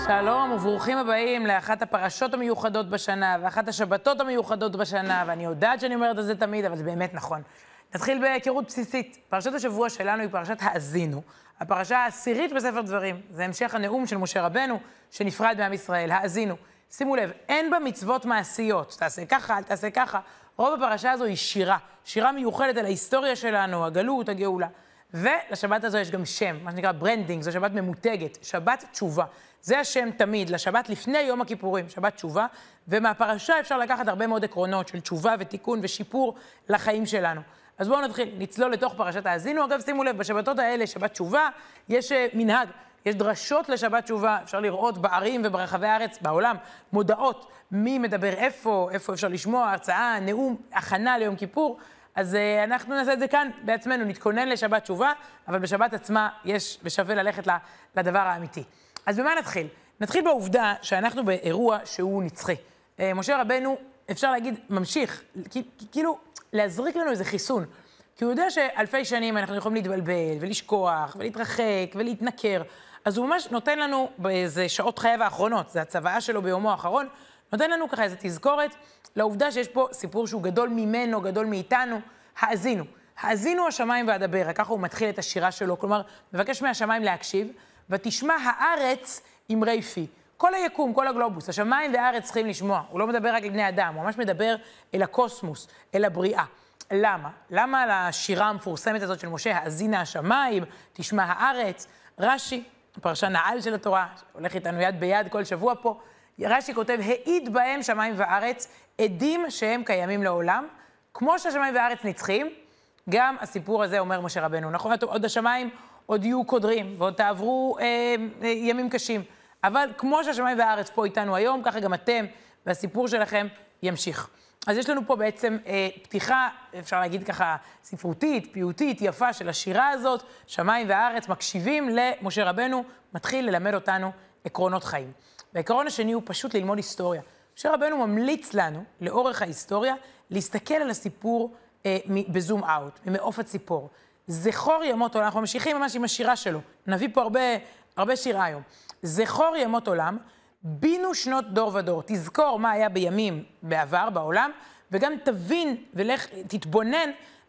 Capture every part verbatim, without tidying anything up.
שלום וברוכים הבאים לאחת הפרשות המיוחדות בשנה ואחת השבתות המיוחדות בשנה, ואני יודעת שאני אומרת את זה תמיד, אבל זה באמת נכון. נתחיל בהיכרות בסיסית. פרשת השבוע שלנו היא פרשת האזינו, הפרשה העשירית בספר דברים. זה המשך הנאום של משה רבנו שנפרד מעם ישראל, האזינו. שימו לב, אין בה מצוות מעשיות, תעשה ככה, אל תעשה ככה. רוב הפרשה הזו היא שירה, שירה מיוחדת על ההיסטוריה שלנו, הגלות, הגאולה. ולשבת הזו יש גם שם, מה שנקרא ברנדינג, זו שבת ממותגת, שבת תשובה. זה השם תמיד, לשבת לפני יום הכיפורים, שבת תשובה, ומהפרשה אפשר לקחת הרבה מאוד עקרונות של תשובה ותיקון ושיפור לחיים שלנו. אז בואו נתחיל, נצלול לתוך פרשת האזינו. אגב, שימו לב, בשבתות האלה, שבת תשובה, יש uh, מנהג, יש דרשות לשבת תשובה, אפשר לראות בערים וברחבי הארץ, בעולם, מודעות, מי מדבר איפה, איפה אפשר לשמוע, הרצאה, נאום, הכנה ליום כיפור. אז uh, אנחנו נעשה את זה כאן בעצמנו, נתכונן לשבת תשובה, אבל בשבת עצמה יש ושווה ללכת לדבר האמיתי. אז במה נתחיל? נתחיל בעובדה שאנחנו באירוע שהוא נצחי. אה, משה רבנו, אפשר להגיד, ממשיך, כאילו להזריק לנו איזה חיסון. כי הוא יודע שאלפי שנים אנחנו יכולים להתבלבל ולשכוח ולהתרחק ולהתנכר. אז הוא ממש נותן לנו באיזה שעות חייו האחרונות, זה הצוואה שלו ביומו האחרון, נותן לנו ככה איזו תזכורת לעובדה שיש פה סיפור שהוא גדול ממנו, גדול מאיתנו, האזינו. האזינו השמיים ואדבר, ככה הוא מתחיל את השירה שלו, כלומר, מבקש מהשמיים להקשיב, ותשמע הארץ אמרי פי. כל היקום, כל הגלובוס, השמיים והארץ צריכים לשמוע. הוא לא מדבר רק לבני אדם, הוא ממש מדבר אל הקוסמוס, אל הבריאה. למה? למה על השירה המפורסמת הזאת של משה, האזינה השמיים, תשמע הארץ? רש"י, הפרשן העל של התורה, שהולך איתנו יד ביד כל שבוע פה, רש"י כותב, העיד בהם שמיים וארץ, עדים שהם קיימים לעולם, כמו שהשמיים והארץ נצחים, גם הסיפור הזה אומר משה רבנו. נכון, עוד השמיים עוד יהיו קודרים, ועוד תעברו אה, אה, ימים קשים. אבל כמו שהשמיים והארץ פה איתנו היום, ככה גם אתם, והסיפור שלכם ימשיך. אז יש לנו פה בעצם אה, פתיחה, אפשר להגיד ככה, ספרותית, פיוטית, יפה של השירה הזאת, שמיים והארץ מקשיבים למשה רבנו, מתחיל ללמד אותנו עקרונות חיים. והעקרון השני הוא פשוט ללמוד היסטוריה. משה רבנו ממליץ לנו, לאורך ההיסטוריה, להסתכל על הסיפור אה, בזום אאוט, ממעוף הציפור. זכור ימות עולם, אנחנו ממשיכים ממש עם השירה שלו, נביא פה הרבה, הרבה שירה היום. זכור ימות עולם, בינו שנות דור ודור, תזכור מה היה בימים בעבר בעולם, וגם תבין ולך, תתבונן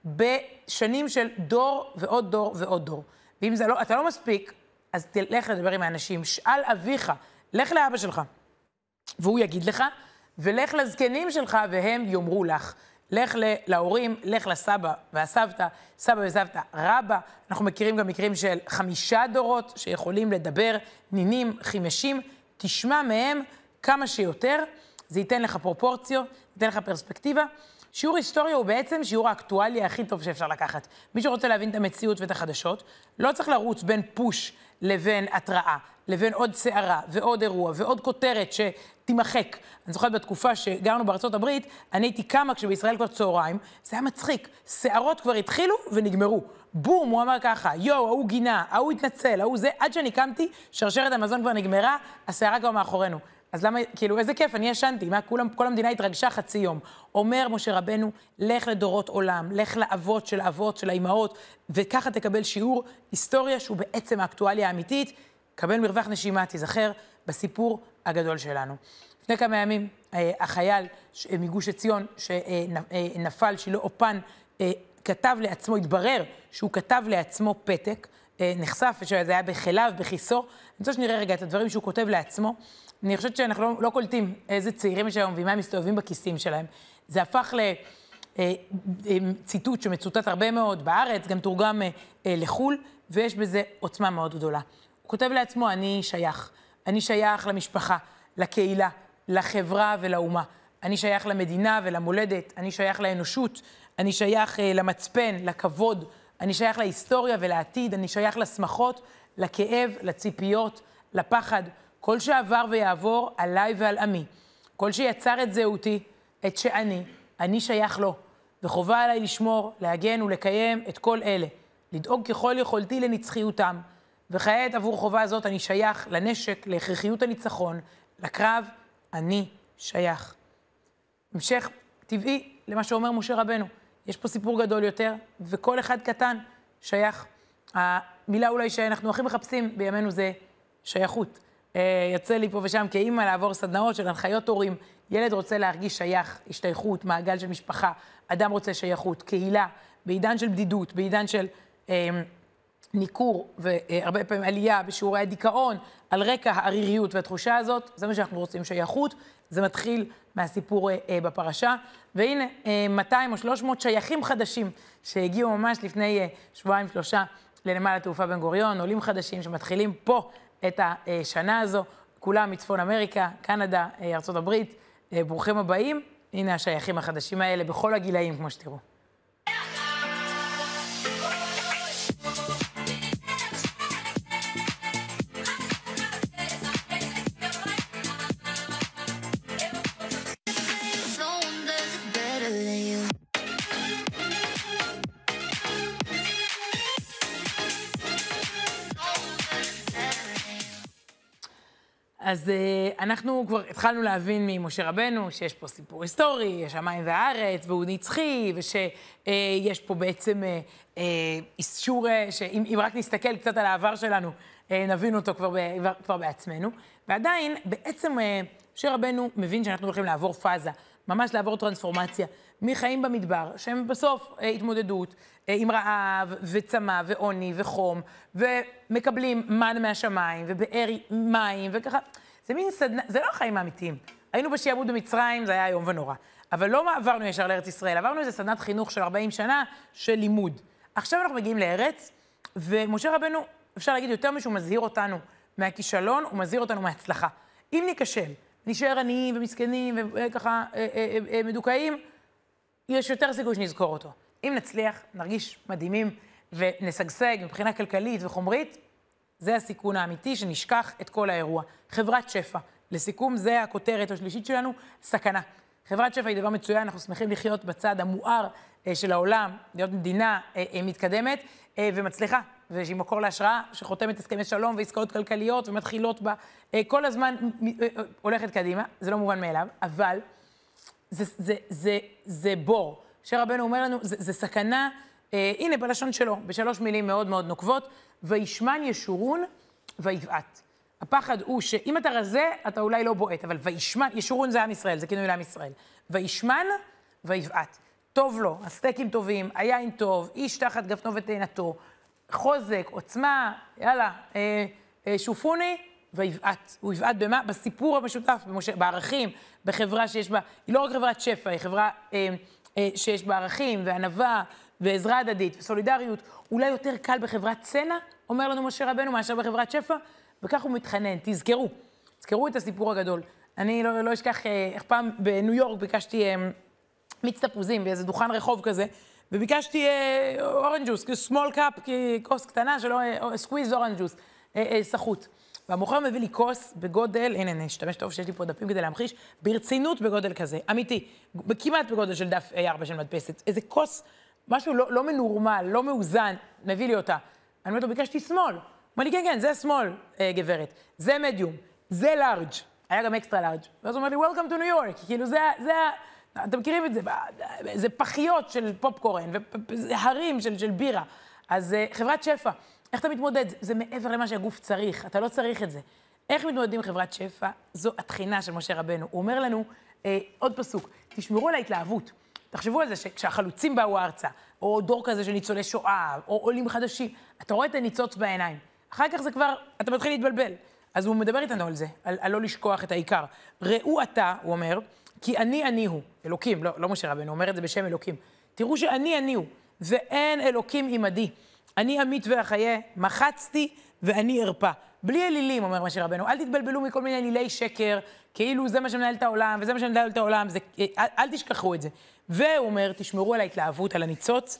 בשנים של דור ועוד דור ועוד דור. ואם זה לא, אתה לא מספיק, אז תלך לדבר עם האנשים, שאל אביך, לך לאבא שלך, והוא יגיד לך, ולך לזקנים שלך והם יאמרו לך. לך להורים, לך לסבא והסבתא, סבא וסבתא רבא. אנחנו מכירים גם מקרים של חמישה דורות שיכולים לדבר, נינים, חימשים. תשמע מהם כמה שיותר, זה ייתן לך פרופורציות, ייתן לך פרספקטיבה. שיעור היסטוריה הוא בעצם שיעור האקטואליה הכי טוב שאפשר לקחת. מי שרוצה להבין את המציאות ואת החדשות, לא צריך לרוץ בין פוש לבין התראה, לבין עוד שערה ועוד אירוע ועוד כותרת שתימחק. אני זוכרת בתקופה שגרנו בארצות הברית, אני הייתי קמה כשבישראל כבר צהריים, זה היה מצחיק. שערות כבר התחילו ונגמרו. בום, הוא אמר ככה, יו, ההוא גינה, ההוא התנצל, ההוא זה, עד שאני קמתי, שרשרת המזון כבר נגמרה, השערה כבר מאחורינו. אז למה, כאילו, איזה כיף, אני ישנתי, מה, כולם, כל המדינה התרגשה חצי יום. אומר משה רבנו, לך לדורות עולם, לך לאבות של האבות, של האימהות, וככה תקבל שיעור היסטוריה שהוא בעצם האקטואליה האמיתית, קבל מרווח נשימה, תיזכר בסיפור הגדול שלנו. לפני כמה ימים, החייל מגוש עציון, שנפל, שילה אופן, כתב לעצמו, התברר שהוא כתב לעצמו פתק, נחשף שזה היה בחיליו, בכיסו. אני רוצה שנראה רגע את הדברים שהוא כותב לעצמו. אני חושבת שאנחנו לא, לא קולטים איזה צעירים יש היום ומה הם מסתובבים בכיסים שלהם. זה הפך לציטוט שמצוטט הרבה מאוד בארץ, גם תורגם לחול, ויש בזה עוצמה מאוד גדולה. הוא כותב לעצמו, אני שייך. אני שייך למשפחה, לקהילה, לחברה ולאומה. אני שייך למדינה ולמולדת. אני שייך לאנושות. אני שייך למצפן, לכבוד. אני שייך להיסטוריה ולעתיד. אני שייך לשמחות, לכאב, לציפיות, לפחד. כל שעבר ויעבור עליי ועל עמי. כל שיצר את זהותי, את שאני, אני שייך לו. וחובה עליי לשמור, להגן ולקיים את כל אלה. לדאוג ככל יכולתי לנצחיותם. וכעת עבור חובה הזאת אני שייך לנשק, להכרחיות הניצחון, לקרב, אני שייך. המשך טבעי למה שאומר משה רבנו. יש פה סיפור גדול יותר, וכל אחד קטן שייך. המילה אולי שאנחנו הכי מחפשים בימינו זה שייכות. יוצא לי פה ושם כאימא לעבור סדנאות של הנחיות הורים. ילד רוצה להרגיש שייך, השתייכות, מעגל של משפחה, אדם רוצה שייכות, קהילה, בעידן של בדידות, בעידן של אה, ניכור, והרבה פעמים עלייה בשיעורי הדיכאון, על רקע העריריות והתחושה הזאת, זה מה שאנחנו רוצים, שייכות. זה מתחיל מהסיפור אה, בפרשה, והנה אה, מאתיים או שלוש מאות שייכים חדשים שהגיעו ממש לפני אה, שבועיים שלושה לנמל התעופה בן גוריון, עולים חדשים שמתחילים פה את השנה הזו, כולם מצפון אמריקה, קנדה, אה, ארצות הברית, אה, ברוכים הבאים, הנה השייכים החדשים האלה בכל הגילאים כמו שתראו. אז uh, אנחנו כבר התחלנו להבין ממשה רבנו שיש פה סיפור היסטורי, יש המים והארץ, והוא נצחי, ושיש uh, פה בעצם uh, uh, אישור, uh, שאם אם רק נסתכל קצת על העבר שלנו, uh, נבין אותו כבר, ב, כבר בעצמנו. ועדיין, בעצם uh, משה רבנו מבין שאנחנו הולכים לעבור פאזה, ממש לעבור טרנספורמציה, מחיים במדבר, שהם בסוף uh, התמודדות uh, עם רעב וצמא ועוני וחום, ומקבלים מן מהשמיים ובאר מים וככה. זה מין סדנה, זה לא החיים האמיתיים. היינו בשעבוד במצרים, זה היה איום ונורא. אבל לא עברנו ישר לארץ ישראל, עברנו איזה סדנת חינוך של ארבעים שנה של לימוד. עכשיו אנחנו מגיעים לארץ, ומשה רבנו, אפשר להגיד יותר משהו, מזהיר אותנו מהכישלון, הוא מזהיר אותנו מההצלחה. אם ניכשל, נשאר עניים ומסכנים וככה אה, אה, אה, מדוכאים, יש יותר סיכוי שנזכור אותו. אם נצליח, נרגיש מדהימים ונסגסג מבחינה כלכלית וחומרית, זה הסיכון האמיתי שנשכח את כל האירוע. חברת שפע. לסיכום, זה הכותרת השלישית שלנו, סכנה. חברת שפע היא דבר מצוין, אנחנו שמחים לחיות בצד המואר אה, של העולם, להיות מדינה אה, אה, מתקדמת אה, ומצליחה, ושהיא מקור להשראה, שחותמת הסכמי שלום ועסקאות כלכליות ומתחילות בה, אה, כל הזמן אה, אה, הולכת קדימה, זה לא מובן מאליו, אבל זה, זה, זה, זה בור. שרבנו אומר לנו, זה, זה סכנה, אה, הנה בלשון שלו, בשלוש מילים מאוד מאוד נוקבות, וישמן ישורון ויבעט. הפחד הוא שאם אתה רזה, אתה אולי לא בועט, אבל וישמן, ישורון זה עם ישראל, זה כינוי לעם ישראל. וישמן ויבעט. טוב לו, הסטייקים טובים, היין טוב, איש תחת גפנו ותאנתו, חוזק, עוצמה, יאללה, אה, אה, שופוני, ויבעט. הוא יבעט במה? בסיפור המשותף, במשה, בערכים, בחברה שיש בה, היא לא רק חברת שפע, היא חברה אה, אה, שיש בה ערכים וענווה ועזרה הדדית וסולידריות. אולי יותר קל בחברת צנע, אומר לנו משה רבנו, מאשר בחברת שפע, וכך הוא מתחנן. תזכרו, תזכרו את הסיפור הגדול. אני לא, לא אשכח, איך פעם בניו יורק ביקשתי אה, מיץ תפוזים באיזה דוכן רחוב כזה, וביקשתי אה, אורנג' ג'וס, סמול קאפ, כוס קטנה שלא, אה, סקוויז אורנג' ג'וס, אה, אה, סחוט. והמוכר מביא לי כוס בגודל, הנה, הנה, השתמש טוב שיש לי פה דפים כדי להמחיש, ברצינות בגודל כזה, אמיתי, כמעט בגודל של דף איי ארבע של מדפסת. איזה כוס, משהו לא, לא מנורמל, לא מאוזן, מביא לי אותה. אני אומרת לו, ביקשתי שמאל. הוא אומר לי, כן, כן, זה שמאל, אה, גברת. זה מדיום, זה לארג'. היה גם אקסטרה לארג'. ואז הוא אומר לי, Welcome to New York. כאילו, זה, זה, אתם מכירים את זה, זה פחיות של פופקורן, והרים של, של בירה. אז אה, חברת שפע. איך אתה מתמודד? זה מעבר למה שהגוף צריך, אתה לא צריך את זה. איך מתמודדים חברת שפע? זו התחינה של משה רבנו. הוא אומר לנו, אה, עוד פסוק, תשמרו על ההתלהבות. תחשבו על זה שכשהחלוצים באו ארצה, או דור כזה של ניצולי שואה, או עולים חדשים, אתה רואה את הניצוץ בעיניים. אחר כך זה כבר, אתה מתחיל להתבלבל. אז הוא מדבר איתנו על זה, על, על לא לשכוח את העיקר. ראו אתה, הוא אומר, כי אני אני הוא. אלוקים, לא, לא משה רבנו, הוא אומר את זה בשם אלוקים. תראו שאני אני הוא, ואין אלוקים עמדי. אני אמית ואחיה, מחצתי ואני ארפה. בלי אלילים, אומר משה רבנו, אל תתבלבלו מכל מיני אלילי שקר, כאילו זה מה שמנהל את העולם, וזה מה שמנהל את העולם, זה, אל, אל תשכחו את זה. והוא אומר, תשמרו על ההתלהבות, על הניצוץ.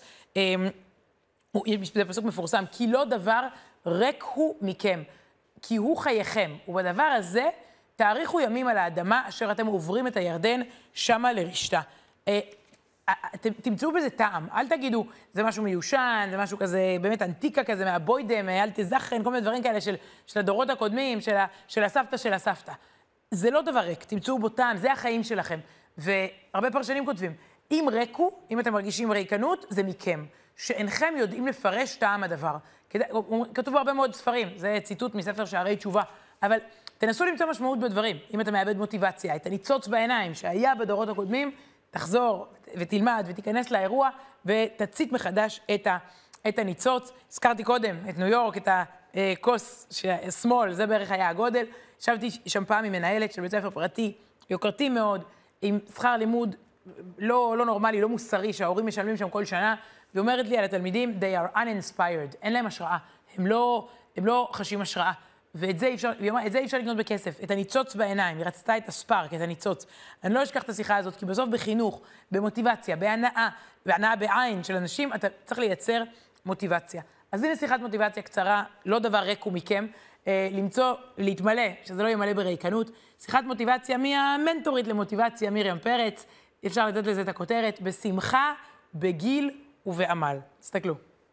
זה פסוק מפורסם, כי לא דבר ריק הוא מכם, כי הוא חייכם. ובדבר הזה, תאריכו ימים על האדמה, אשר אתם עוברים את הירדן, שמה לרשתה. תמצאו בזה טעם, אל תגידו, זה משהו מיושן, זה משהו כזה, באמת אנטיקה כזה, מהבוידם, אל תזכרן, כל מיני דברים כאלה של, של הדורות הקודמים, של, ה, של הסבתא של הסבתא. זה לא דבר ריק, תמצאו בו טעם, זה החיים שלכם. והרבה פרשנים כותבים, אם ריקו, אם אתם מרגישים ריקנות, זה מכם, שאינכם יודעים לפרש טעם הדבר. כתוב בהרבה מאוד ספרים, זה ציטוט מספר שערי תשובה, אבל תנסו למצוא משמעות בדברים. אם אתה מאבד מוטיבציה, את הניצוץ בעיניים שהיה בדורות הקודמים, תחזור ותלמד ותיכנס לאירוע ותצית מחדש את, ה, את הניצוץ. הזכרתי קודם את ניו יורק, את הכוס שמאל, זה בערך היה הגודל. ישבתי שם פעם עם מנהלת של בית ספר פרטי, יוקרתי מאוד, עם שכר לימוד לא, לא נורמלי, לא מוסרי, שההורים משלמים שם כל שנה, והיא אומרת לי על התלמידים, they are uninspired, אין להם השראה, הם לא, הם לא חשים השראה. ואת זה אפשר, את זה אפשר לקנות בכסף, את הניצוץ בעיניים, היא רצתה את הספארק, את הניצוץ. אני לא אשכח את השיחה הזאת, כי בסוף בחינוך, במוטיבציה, בהנאה, בהנאה בעין של אנשים, אתה צריך לייצר מוטיבציה. אז הנה שיחת מוטיבציה קצרה, לא דבר ריקו מכם, אה, למצוא, להתמלא, שזה לא ימלא בריקנות. שיחת מוטיבציה מהמנטורית למוטיבציה, מרים פרץ, אפשר לתת לזה את הכותרת, בשמחה, בגיל ובעמל. תסתכלו.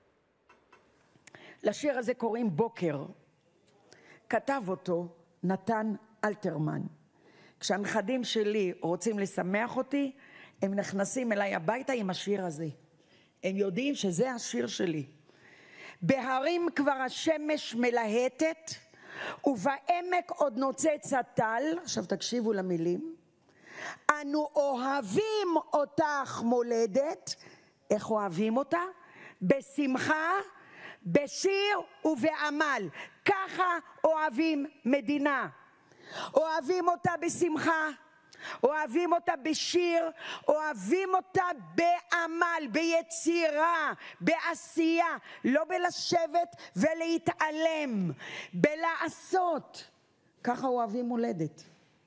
לשיר הזה קוראים בוקר. כתב אותו נתן אלתרמן. כשהנכדים שלי רוצים לשמח אותי, הם נכנסים אליי הביתה עם השיר הזה. הם יודעים שזה השיר שלי. בהרים כבר השמש מלהטת, ובעמק עוד נוצץ הטל. עכשיו תקשיבו למילים. אנו אוהבים אותך מולדת. איך אוהבים אותה? בשמחה, בשיר ובעמל. ככה אוהבים מדינה. אוהבים אותה בשמחה, אוהבים אותה בשיר, אוהבים אותה בעמל, ביצירה, בעשייה, לא בלשבת ולהתעלם, בלעשות. ככה אוהבים מולדת.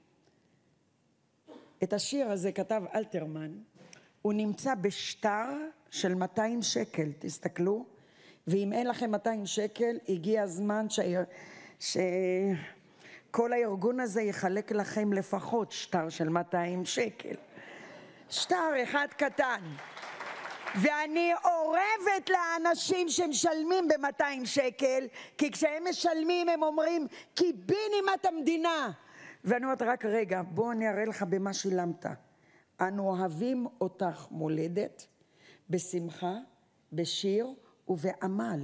את השיר הזה כתב אלתרמן, הוא נמצא בשטר של מאתיים שקל, תסתכלו. ואם אין לכם מאתיים שקל, הגיע הזמן ש... שכל הארגון הזה יחלק לכם לפחות שטר של מאתיים שקל. שטר אחד קטן. ואני עורבת לאנשים שמשלמים ב-מאתיים שקל, כי כשהם משלמים הם אומרים, קיבינימט המדינה. ואני אומרת, רק רגע, בוא אני אראה לך במה שילמת. אנו אוהבים אותך מולדת, בשמחה, בשיר, ובעמל.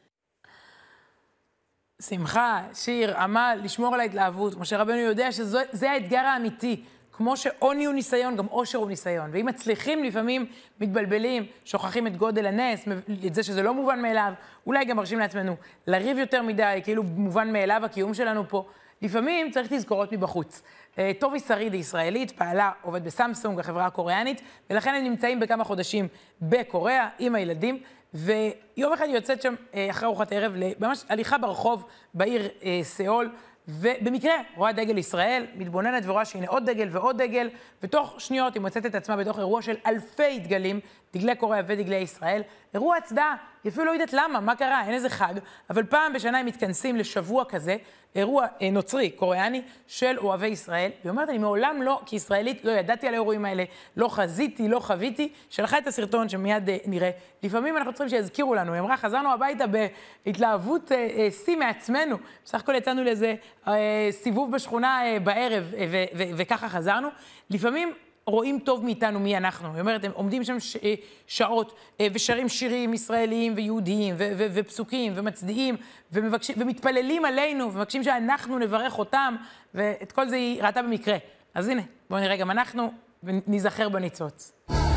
שמחה, שיר, עמל, לשמור על ההתלהבות. משה רבנו יודע שזה האתגר האמיתי. כמו שעוני הוא ניסיון, גם עושר הוא ניסיון. ואם מצליחים, לפעמים מתבלבלים, שוכחים את גודל הנס, את זה שזה לא מובן מאליו, אולי גם מרשים לעצמנו לריב יותר מדי, כאילו מובן מאליו הקיום שלנו פה. לפעמים צריך תזכורות מבחוץ. טובי שרידי, ישראלית, פעלה, עובד בסמסונג, החברה הקוריאנית, ולכן הם נמצאים בכמה חודשים בקוריאה עם הילדים, ויום אחד היא יוצאת שם אחרי ארוחת ערב, ממש הליכה ברחוב בעיר סאול, ובמקרה רואה דגל ישראל, מתבוננת ורואה שהנה עוד דגל ועוד דגל, ותוך שניות היא מוצאת את עצמה בתוך אירוע של אלפי דגלים, דגלי קוריאה ודגלי ישראל, אירוע הצדעה, היא אפילו לא יודעת למה, מה קרה, אין איזה חג, אבל פעם בשנה הם מתכנסים לשבוע כזה, אירוע נוצרי, קוריאני, של אוהבי ישראל, והיא אומרת, אני מעולם לא, כישראלית, לא ידעתי על האירועים האלה, לא חזיתי, לא חוויתי, שלחה את הסרטון שמיד נראה. לפעמים אנחנו צריכים שיזכירו לנו, היא אמרה, חזרנו הביתה בהתלהבות שיא מעצמנו, בסך הכל יצאנו לאיזה סיבוב בשכונה בערב, וככה חזרנו. לפעמים רואים טוב מאיתנו מי אנחנו. היא אומרת, הם עומדים שם ש... שעות ושרים שירים ישראליים ויהודיים ו... ו... ופסוקים ומצדיעים ומבקשים... ומתפללים עלינו ומבקשים שאנחנו נברך אותם, ואת כל זה היא ראתה במקרה. אז הנה, בואו נראה גם אנחנו ונזכר בניצוץ.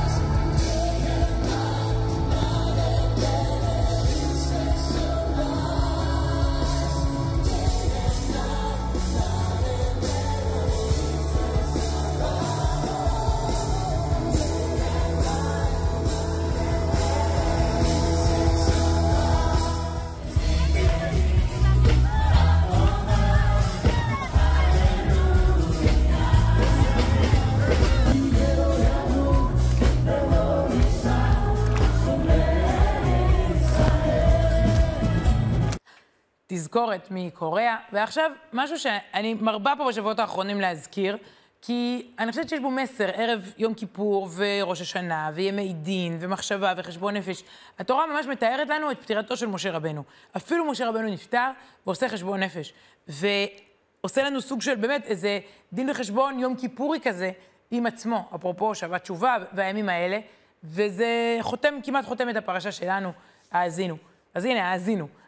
תזכורת מקוריאה, ועכשיו משהו שאני מרבה פה בשבועות האחרונים להזכיר, כי אני חושבת שיש בו מסר, ערב יום כיפור וראש השנה, וימי דין, ומחשבה וחשבון נפש. התורה ממש מתארת לנו את פטירתו של משה רבנו. אפילו משה רבנו נפטר ועושה חשבון נפש. ועושה לנו סוג של באמת איזה דין וחשבון יום כיפורי כזה עם עצמו, אפרופו שבת תשובה והימים האלה, וזה חותם, כמעט חותם את הפרשה שלנו, האזינו. אז הנה, האזינו.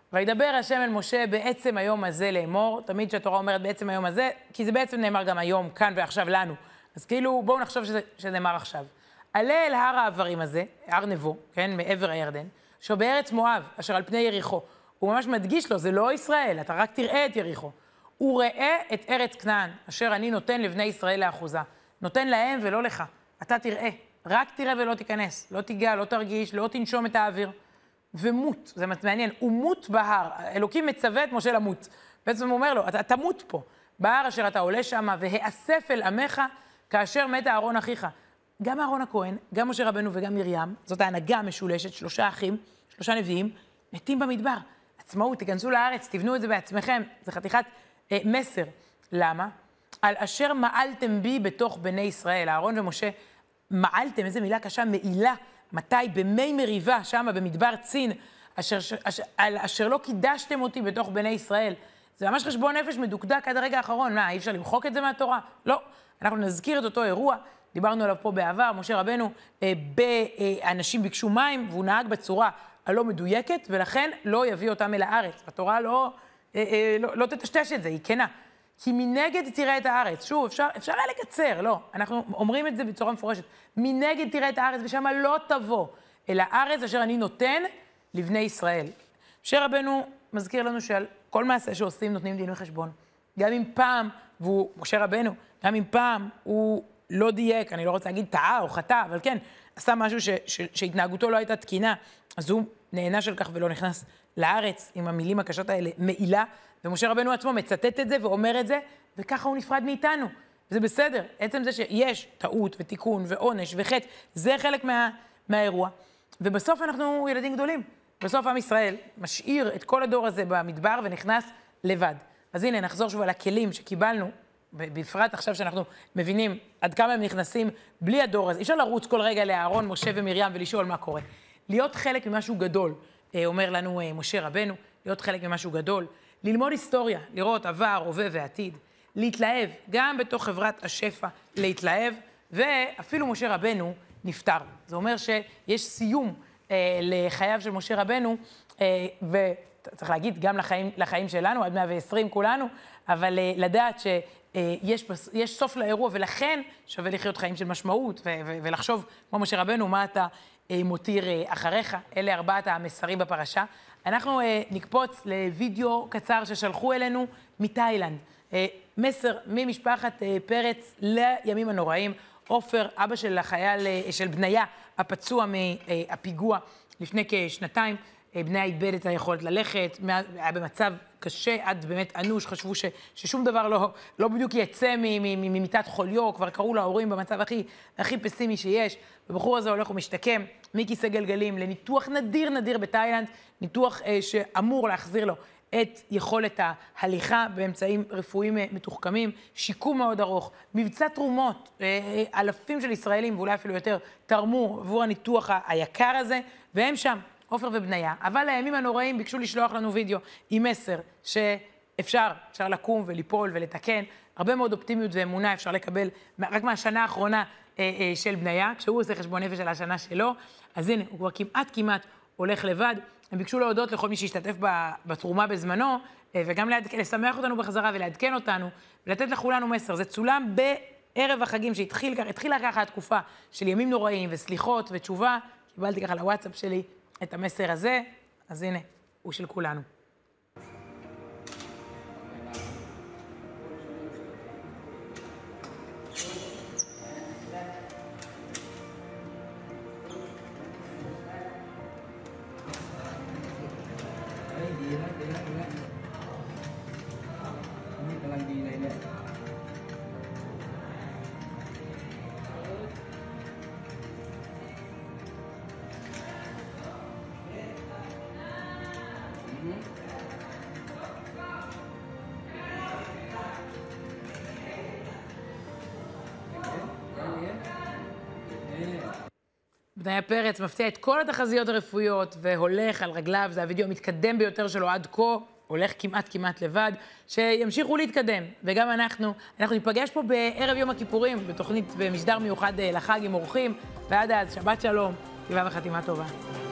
וידבר השם אל משה בעצם היום הזה לאמור, תמיד שהתורה אומרת בעצם היום הזה, כי זה בעצם נאמר גם היום, כאן ועכשיו לנו. אז כאילו, בואו נחשוב שזה, שזה נאמר עכשיו. עלה אל הר העברים הזה, הר נבו, כן, מעבר הירדן, שהוא בארץ מואב, אשר על פני יריחו. הוא ממש מדגיש לו, זה לא ישראל, אתה רק תראה את יריחו. וראה את ארץ כנען, אשר אני נותן לבני ישראל לאחוזה. נותן להם ולא לך. אתה תראה, רק תראה ולא תיכנס. לא תיגע, לא תרגיש, לא תנשום את האוויר. ומות, זה מעניין, הוא מות בהר. אלוקים מצווה את משה למות. בעצם הוא אומר לו, אתה תמות פה, בהר אשר אתה עולה שם, והאסף אל עמך כאשר מת אהרון אחיך. גם אהרון הכהן, גם משה רבנו וגם מרים, זאת ההנהגה המשולשת, שלושה אחים, שלושה נביאים, מתים במדבר. עצמאות, תיכנסו לארץ, תבנו את זה בעצמכם. זה חתיכת אה, מסר. למה? על אשר מעלתם בי בתוך בני ישראל. אהרון ומשה, מעלתם, איזו מילה קשה, מעילה. מתי? במי מריבה, שם במדבר צין, אשר, אשר, על אשר לא קידשתם אותי בתוך בני ישראל. זה ממש חשבון נפש מדוקדק עד הרגע האחרון. מה, אי אפשר למחוק את זה מהתורה? לא. אנחנו נזכיר את אותו אירוע, דיברנו עליו פה בעבר, משה רבנו, אה, באנשים ביקשו מים, והוא נהג בצורה הלא מדויקת, ולכן לא יביא אותם אל הארץ. התורה לא, אה, אה, לא, לא תטשטש את זה, היא כנה. כי מנגד תראה את הארץ. שוב, אפשר, אפשר היה לקצר, לא. אנחנו אומרים את זה בצורה מפורשת. מנגד תראה את הארץ, ושם לא תבוא אל הארץ אשר אני נותן לבני ישראל. משה רבנו מזכיר לנו שעל כל מעשה שעושים נותנים דין וחשבון. גם אם פעם, והוא, משה רבנו, גם אם פעם הוא לא דייק, אני לא רוצה להגיד טעה או חטא, אבל כן, עשה משהו ש, ש, שהתנהגותו לא הייתה תקינה, אז הוא נהנה של כך ולא נכנס לארץ עם המילים הקשות האלה, מעילה, ומשה רבנו עצמו מצטט את זה ואומר את זה, וככה הוא נפרד מאיתנו. וזה בסדר. עצם זה שיש טעות ותיקון ועונש וחטא, זה חלק מה, מהאירוע. ובסוף אנחנו ילדים גדולים. בסוף עם ישראל משאיר את כל הדור הזה במדבר ונכנס לבד. אז הנה, נחזור שוב על הכלים שקיבלנו, בפרט עכשיו שאנחנו מבינים עד כמה הם נכנסים בלי הדור הזה. אי אפשר לרוץ כל רגע לאהרון, משה ומרים ולשאול מה קורה. להיות חלק ממשהו גדול, אומר לנו משה רבנו, להיות חלק ממשהו גדול, ללמוד היסטוריה, לראות עבר, הווה ועתיד, להתלהב, גם בתוך חברת השפע, להתלהב, ואפילו משה רבנו נפטר. זה אומר שיש סיום אה, לחייו של משה רבנו, אה, וצריך להגיד גם לחיים, לחיים שלנו, עד מאה ועשרים כולנו, אבל אה, לדעת שיש יש סוף לאירוע, ולכן שווה לחיות חיים של משמעות, ו- ו- ולחשוב, כמו משה רבנו, מה אתה אה, מותיר אה, אחריך. אלה ארבעת המסרים בפרשה. אנחנו אה, נקפוץ לוידאו קצר ששלחו אלינו מתאילנד. אה, מסר ממשפחת אה, פרץ לימים הנוראים. עופר, אבא של החייל, אה, של בניה, הפצוע מהפיגוע לפני כשנתיים. אה, בניה איבד את היכולת ללכת, היה במצב קשה, עד באמת אנוש, חשבו ש, ששום דבר לא, לא בדיוק יצא ממיטת חוליו, כבר קראו להורים במצב הכי, הכי פסימי שיש. הבחור הזה הולך ומשתקם מכיסא גלגלים לניתוח נדיר נדיר בתאילנד, ניתוח אה, שאמור להחזיר לו את יכולת ההליכה באמצעים רפואיים מתוחכמים, שיקום מאוד ארוך, מבצע תרומות, אה, אלפים של ישראלים ואולי אפילו יותר תרמו עבור הניתוח היקר הזה, והם שם, עופר ובניה. אבל הימים הנוראים ביקשו לשלוח לנו וידאו עם מסר שאפשר, אפשר לקום וליפול ולתקן, הרבה מאוד אופטימיות ואמונה אפשר לקבל רק מהשנה האחרונה אה, אה, של בניה, כשהוא עושה חשבון נפש על השנה שלו. אז הנה, הוא כבר כמעט כמעט הולך לבד. הם ביקשו להודות לכל מי שהשתתף בתרומה בזמנו, וגם לשמח אותנו בחזרה ולעדכן אותנו, ולתת לכולנו מסר. זה צולם בערב החגים שהתחיל התחילה ככה התקופה של ימים נוראים וסליחות ותשובה. קיבלתי ככה לוואטסאפ שלי את המסר הזה, אז הנה, הוא של כולנו. בניה פרץ מפתיע את כל התחזיות הרפואיות והולך על רגליו, זה הוידאו המתקדם ביותר שלו עד כה, הולך כמעט כמעט לבד, שימשיכו להתקדם. וגם אנחנו, אנחנו ניפגש פה בערב יום הכיפורים, בתוכנית, במשדר מיוחד לחג עם אורחים, ועד אז, שבת שלום, טבעה וחתימה טובה.